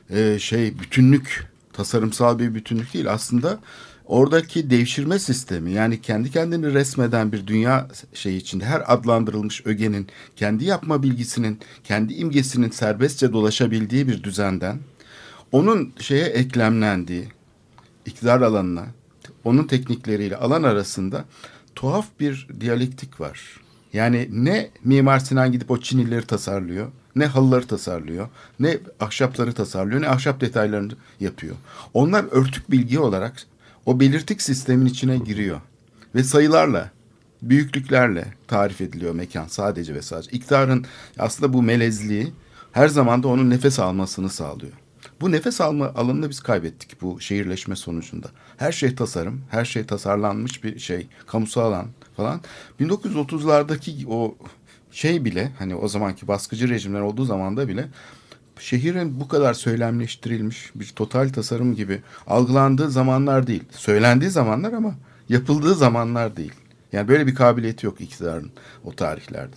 bütünlük, tasarımsal bir bütünlük değil. Aslında oradaki devşirme sistemi, yani kendi kendini resmeden bir dünya içinde her adlandırılmış ögenin kendi yapma bilgisinin, kendi imgesinin serbestçe dolaşabildiği bir düzenden onun eklemlendiği iktidar alanına, onun teknikleriyle alan arasında tuhaf bir diyalektik var. Yani ne Mimar Sinan gidip o çinilleri tasarlıyor, ne halıları tasarlıyor, ne ahşapları tasarlıyor, ne ahşap detaylarını yapıyor. Onlar örtük bilgi olarak o belirtik sistemin içine giriyor. Ve sayılarla, büyüklüklerle tarif ediliyor mekan sadece ve sadece. İktidarın aslında bu melezliği her zaman da onun nefes almasını sağlıyor. Bu nefes alma alanını biz kaybettik bu şehirleşme sonucunda. Her şey tasarım, her şey tasarlanmış bir şey, kamusal alan falan. 1930'lardaki o bile, hani o zamanki baskıcı rejimler olduğu zamanda bile şehrin bu kadar söylemleştirilmiş bir total tasarım gibi algılandığı zamanlar değil. Söylendiği zamanlar ama yapıldığı zamanlar değil. Yani böyle bir kabiliyeti yok iktidarın o tarihlerde.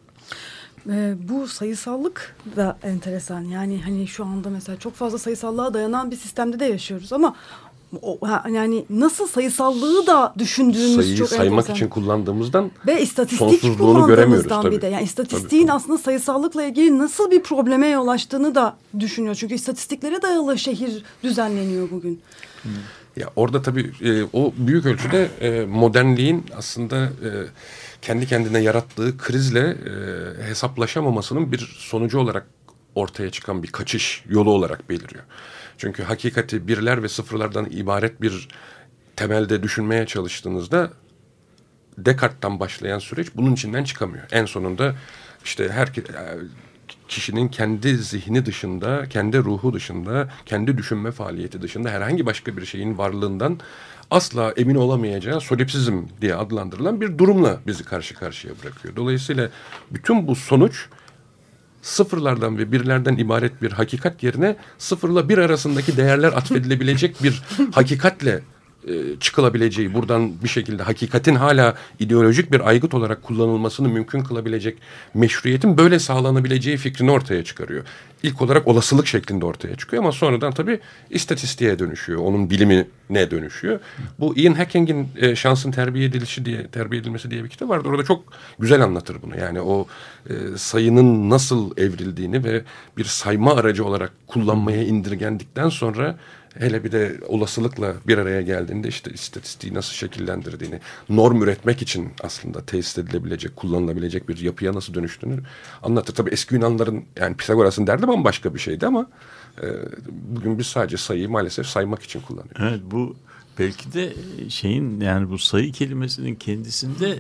Bu sayısallık da enteresan. Yani hani şu anda mesela çok fazla sayısallığa dayanan bir sistemde de yaşıyoruz ama yani nasıl sayısallığı da düşündüğümüz sayıyı çok saymak enteresan. için kullandığımızdan ve istatistik sonsuzluğunu göremiyoruz kullandığımızdan tabii. bir de. Yani istatistiğin aslında sayısallıkla ilgili nasıl bir probleme yol açtığını da düşünüyor. Çünkü istatistiklere dayalı şehir düzenleniyor bugün. Ya orada tabii o büyük ölçüde modernliğin aslında kendi kendine yarattığı krizle hesaplaşamamasının bir sonucu olarak ortaya çıkan bir kaçış yolu olarak beliriyor. Çünkü hakikati birler ve sıfırlardan ibaret bir temelde düşünmeye çalıştığınızda Descartes'tan başlayan süreç bunun içinden çıkamıyor. En sonunda işte kişinin kendi zihni dışında, kendi ruhu dışında, kendi düşünme faaliyeti dışında herhangi başka bir şeyin varlığından asla emin olamayacağı solipsizm diye adlandırılan bir durumla bizi karşı karşıya bırakıyor. Dolayısıyla bütün bu sonuç sıfırlardan ve birlerden ibaret bir hakikat yerine sıfırla bir arasındaki değerler atfedilebilecek bir hakikatle çıkılabileceği, buradan bir şekilde hakikatin hala ideolojik bir aygıt olarak kullanılmasını mümkün kılabilecek meşruiyetin böyle sağlanabileceği fikrini ortaya çıkarıyor. İlk olarak olasılık şeklinde ortaya çıkıyor ama sonradan tabii istatistiğe dönüşüyor. Onun bilimine dönüşüyor. Bu Ian Hacking'in şansın terbiye edilmesi diye bir kitap vardı. Orada çok güzel anlatır bunu. Yani o sayının nasıl evrildiğini ve bir sayma aracı olarak kullanmaya indirgendikten sonra hele bir de olasılıkla bir araya geldiğinde işte istatistiği nasıl şekillendirdiğini, norm üretmek için aslında tesis edilebilecek, kullanılabilecek bir yapıya nasıl dönüştüğünü anlatır. Tabii eski Yunanlıların, yani Pisagoras'ın derdi bambaşka bir şeydi ama bugün biz sadece sayıyı maalesef saymak için kullanıyoruz. Evet, bu belki de yani bu sayı kelimesinin kendisinde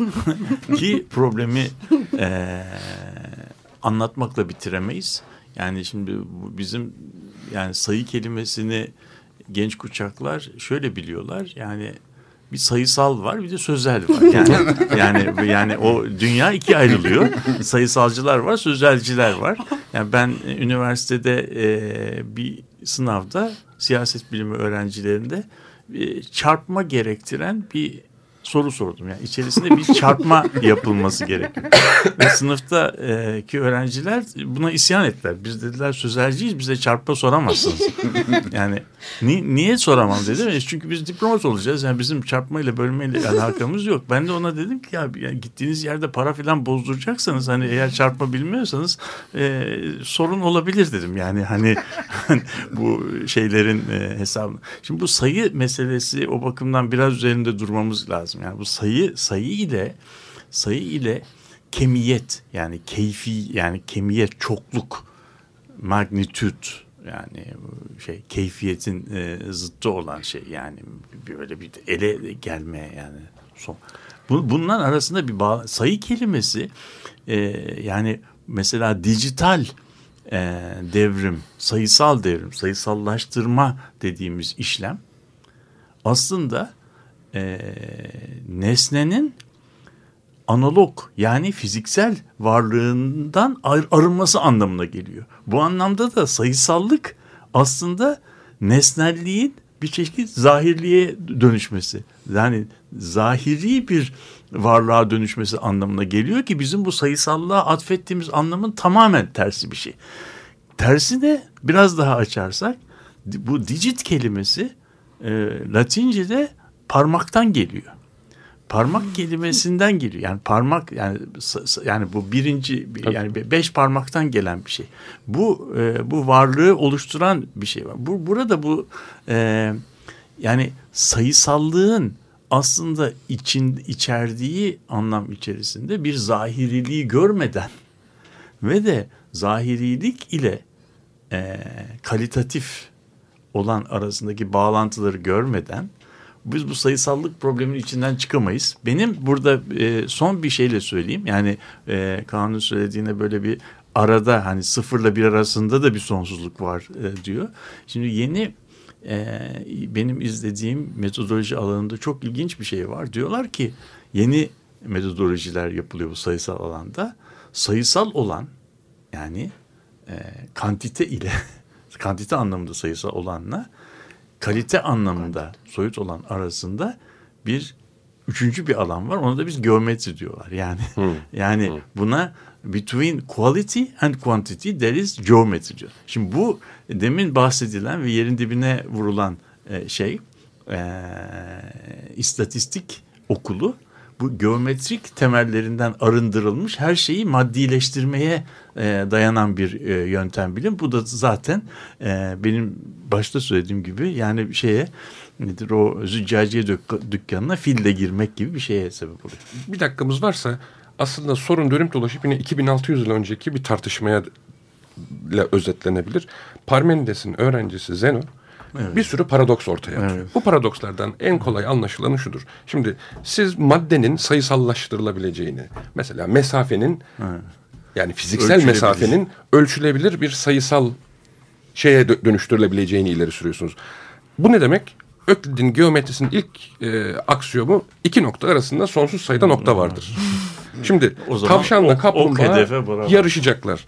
ki problemi anlatmakla bitiremeyiz. Yani şimdi bizim yani sayı kelimesini genç kuşaklar şöyle biliyorlar. Yani bir sayısal var, bir de sözel var. Yani o dünya ikiye ayrılıyor. Sayısalcılar var, sözelciler var. Yani ben üniversitede bir sınavda siyaset bilimi öğrencilerinde çarpma gerektiren bir soru sordum. Yani içerisinde bir çarpma yapılması gerekiyor. Ve sınıftaki öğrenciler buna isyan ettiler. Biz dediler sözelciyiz, bize çarpma soramazsınız. Yani niye soramam dedim. Çünkü biz diplomat olacağız. Yani bizim çarpmayla bölmeyle alakamız yok. Ben de ona dedim ki yani gittiğiniz yerde para falan bozduracaksanız hani eğer çarpma bilmiyorsanız sorun olabilir dedim. Yani hani bu şeylerin hesabını. Şimdi bu sayı meselesi o bakımdan biraz üzerinde durmamız lazım. Yani bu sayı ile kemiyet, yani keyfi, yani kemiyet, çokluk, magnitüt, yani keyfiyetin zıttı olan şey, yani böyle bir ele gelme, yani bunların arasında bir bağ. Sayı kelimesi yani mesela dijital devrim, sayısal devrim, sayısallaştırma dediğimiz işlem aslında nesnenin analog, yani fiziksel varlığından arınması anlamına geliyor. Bu anlamda da sayısallık aslında nesnelliğin bir çeşit zahirliğe dönüşmesi, yani zahiri bir varlığa dönüşmesi anlamına geliyor ki bizim bu sayısallığa atfettiğimiz anlamın tamamen tersi bir şey. Tersine biraz daha açarsak bu digit kelimesi Latince'de parmaktan geliyor. Parmak kelimesinden geliyor. Yani parmak, yani bu birinci, yani 5 parmaktan gelen bir şey. Bu varlığı oluşturan bir şey var. Burada bu yani sayısallığın aslında içerdiği anlam içerisinde bir zahiriliği görmeden ve de zahirilik ile kalitatif olan arasındaki bağlantıları görmeden biz bu sayısallık probleminin içinden çıkamayız. Benim burada son bir şeyle söyleyeyim. Yani Kaan'ın söylediğine böyle bir arada, hani sıfırla bir arasında da bir sonsuzluk var diyor. Şimdi yeni benim izlediğim metodoloji alanında çok ilginç bir şey var. Diyorlar ki yeni metodolojiler yapılıyor bu sayısal alanda. Sayısal olan, yani kantite ile kantite anlamında sayısal olanla kalite anlamında soyut olan arasında üçüncü bir alan var. Ona da biz geometri diyorlar. Yani buna between quality and quantity there is geometry diyor. Şimdi bu demin bahsedilen ve yerin dibine vurulan istatistik okulu bu geometrik temellerinden arındırılmış her şeyi maddileştirmeye dayanan bir yöntem bilim. Bu da zaten benim başta söylediğim gibi yani o züccaciye dükkanına fille girmek gibi bir şeye sebep oluyor. Bir dakikamız varsa aslında sorun dönüp dolaşıp yine 2600 yıl önceki bir tartışmaya özetlenebilir. Parmenides'in öğrencisi Zenon bir sürü paradoks ortaya atıyor. Evet. Bu paradokslardan en kolay anlaşılanı şudur. Şimdi siz maddenin sayısallaştırılabileceğini, mesela mesafenin yani fiziksel mesafenin ölçülebilir bir sayısal şeye dönüştürülebileceğini ileri sürüyorsunuz. Bu ne demek? Öklid'in geometrisinin ilk aksiyomu iki nokta arasında sonsuz sayıda nokta vardır. Şimdi tavşanla kaplumbağa yarışacaklar.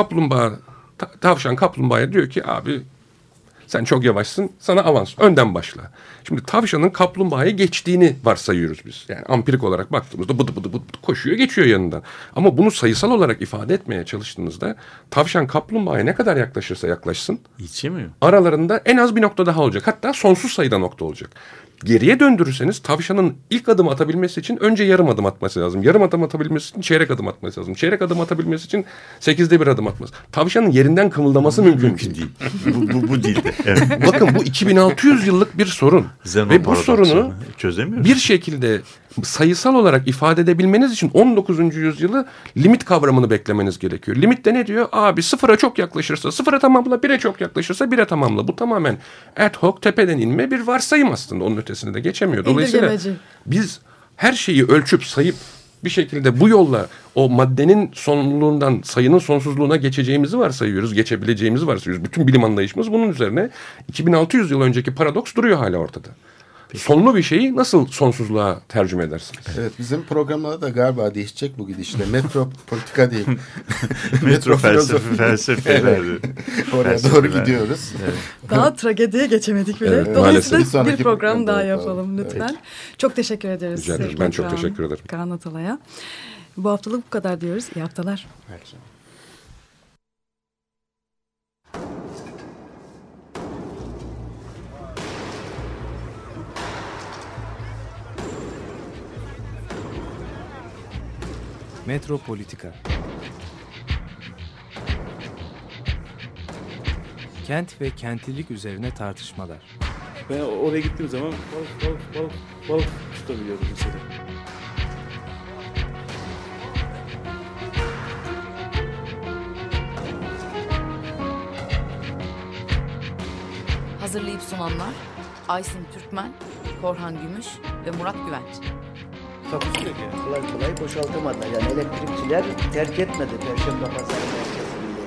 Tavşan kaplumbağaya diyor ki abi sen çok yavaşsın, sana avans, önden başla. Şimdi tavşanın kaplumbağaya geçtiğini varsayıyoruz biz. Yani ampirik olarak baktığımızda bıdı koşuyor, geçiyor yanından. Ama bunu sayısal olarak ifade etmeye çalıştığınızda tavşan kaplumbağaya ne kadar yaklaşırsa yaklaşsın, yetişemiyor. Aralarında en az bir nokta daha olacak. Hatta sonsuz sayıda nokta olacak. Geriye döndürürseniz tavşanın ilk adım atabilmesi için önce yarım adım atması lazım. Yarım adım atabilmesi için çeyrek adım atması lazım. Çeyrek adım atabilmesi için 1/8 adım atması. Tavşanın yerinden kımıldaması mümkün değil. bu değil. Evet. Bakın bu 2600 yıllık bir sorun. Ve bu sorunu bir şekilde sayısal olarak ifade edebilmeniz için 19. yüzyılı limit kavramını beklemeniz gerekiyor. Limit de ne diyor? Abi sıfıra çok yaklaşırsa sıfıra tamamla, 1'e çok yaklaşırsa 1'e tamamla. Bu tamamen ad hoc tepeden inme bir varsayım aslında. Onun ötesine de geçemiyor. Dolayısıyla biz her şeyi ölçüp sayıp bir şekilde bu yolla o maddenin sonluluğundan sayının sonsuzluğuna geçeceğimizi varsayıyoruz. Geçebileceğimizi varsayıyoruz. Bütün bilim anlayışımız bunun üzerine. 2600 yıl önceki paradoks duruyor hala ortada. Peki. Sonlu bir şeyi nasıl sonsuzluğa tercüme edersiniz? Evet, bizim programda da galiba değişecek bu gidişle. Metro politika değil. Metro felsefe. Evet. Oraya doğru gidiyoruz. Evet. Daha tragediye geçemedik bile. Evet, dolayısıyla bir program daha yapalım lütfen. Evet. Çok teşekkür ederiz. Rica ederim. Ben çok teşekkür ederim. Kaan Atalay'a. Bu haftalık bu kadar diyoruz. İyi haftalar. Evet. Metropolitika. Kent ve kentlilik üzerine tartışmalar. Ben oraya gittiğim zaman balık tutabiliyordum mesela. Hazırlayıp sunanlar Aysin Türkmen, Korhan Gümüş ve Murat Güvenç. Takusu yok yani. Kolay kolay boşaltamadılar. Yani elektrikçiler terk etmedi Perşembe Pazarı merkezini.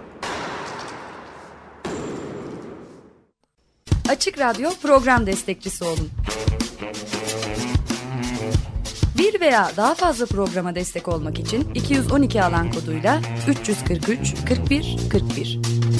Açık Radyo program destekçisi olun. Bir veya daha fazla programa destek olmak için 212 alan koduyla 343 41 41.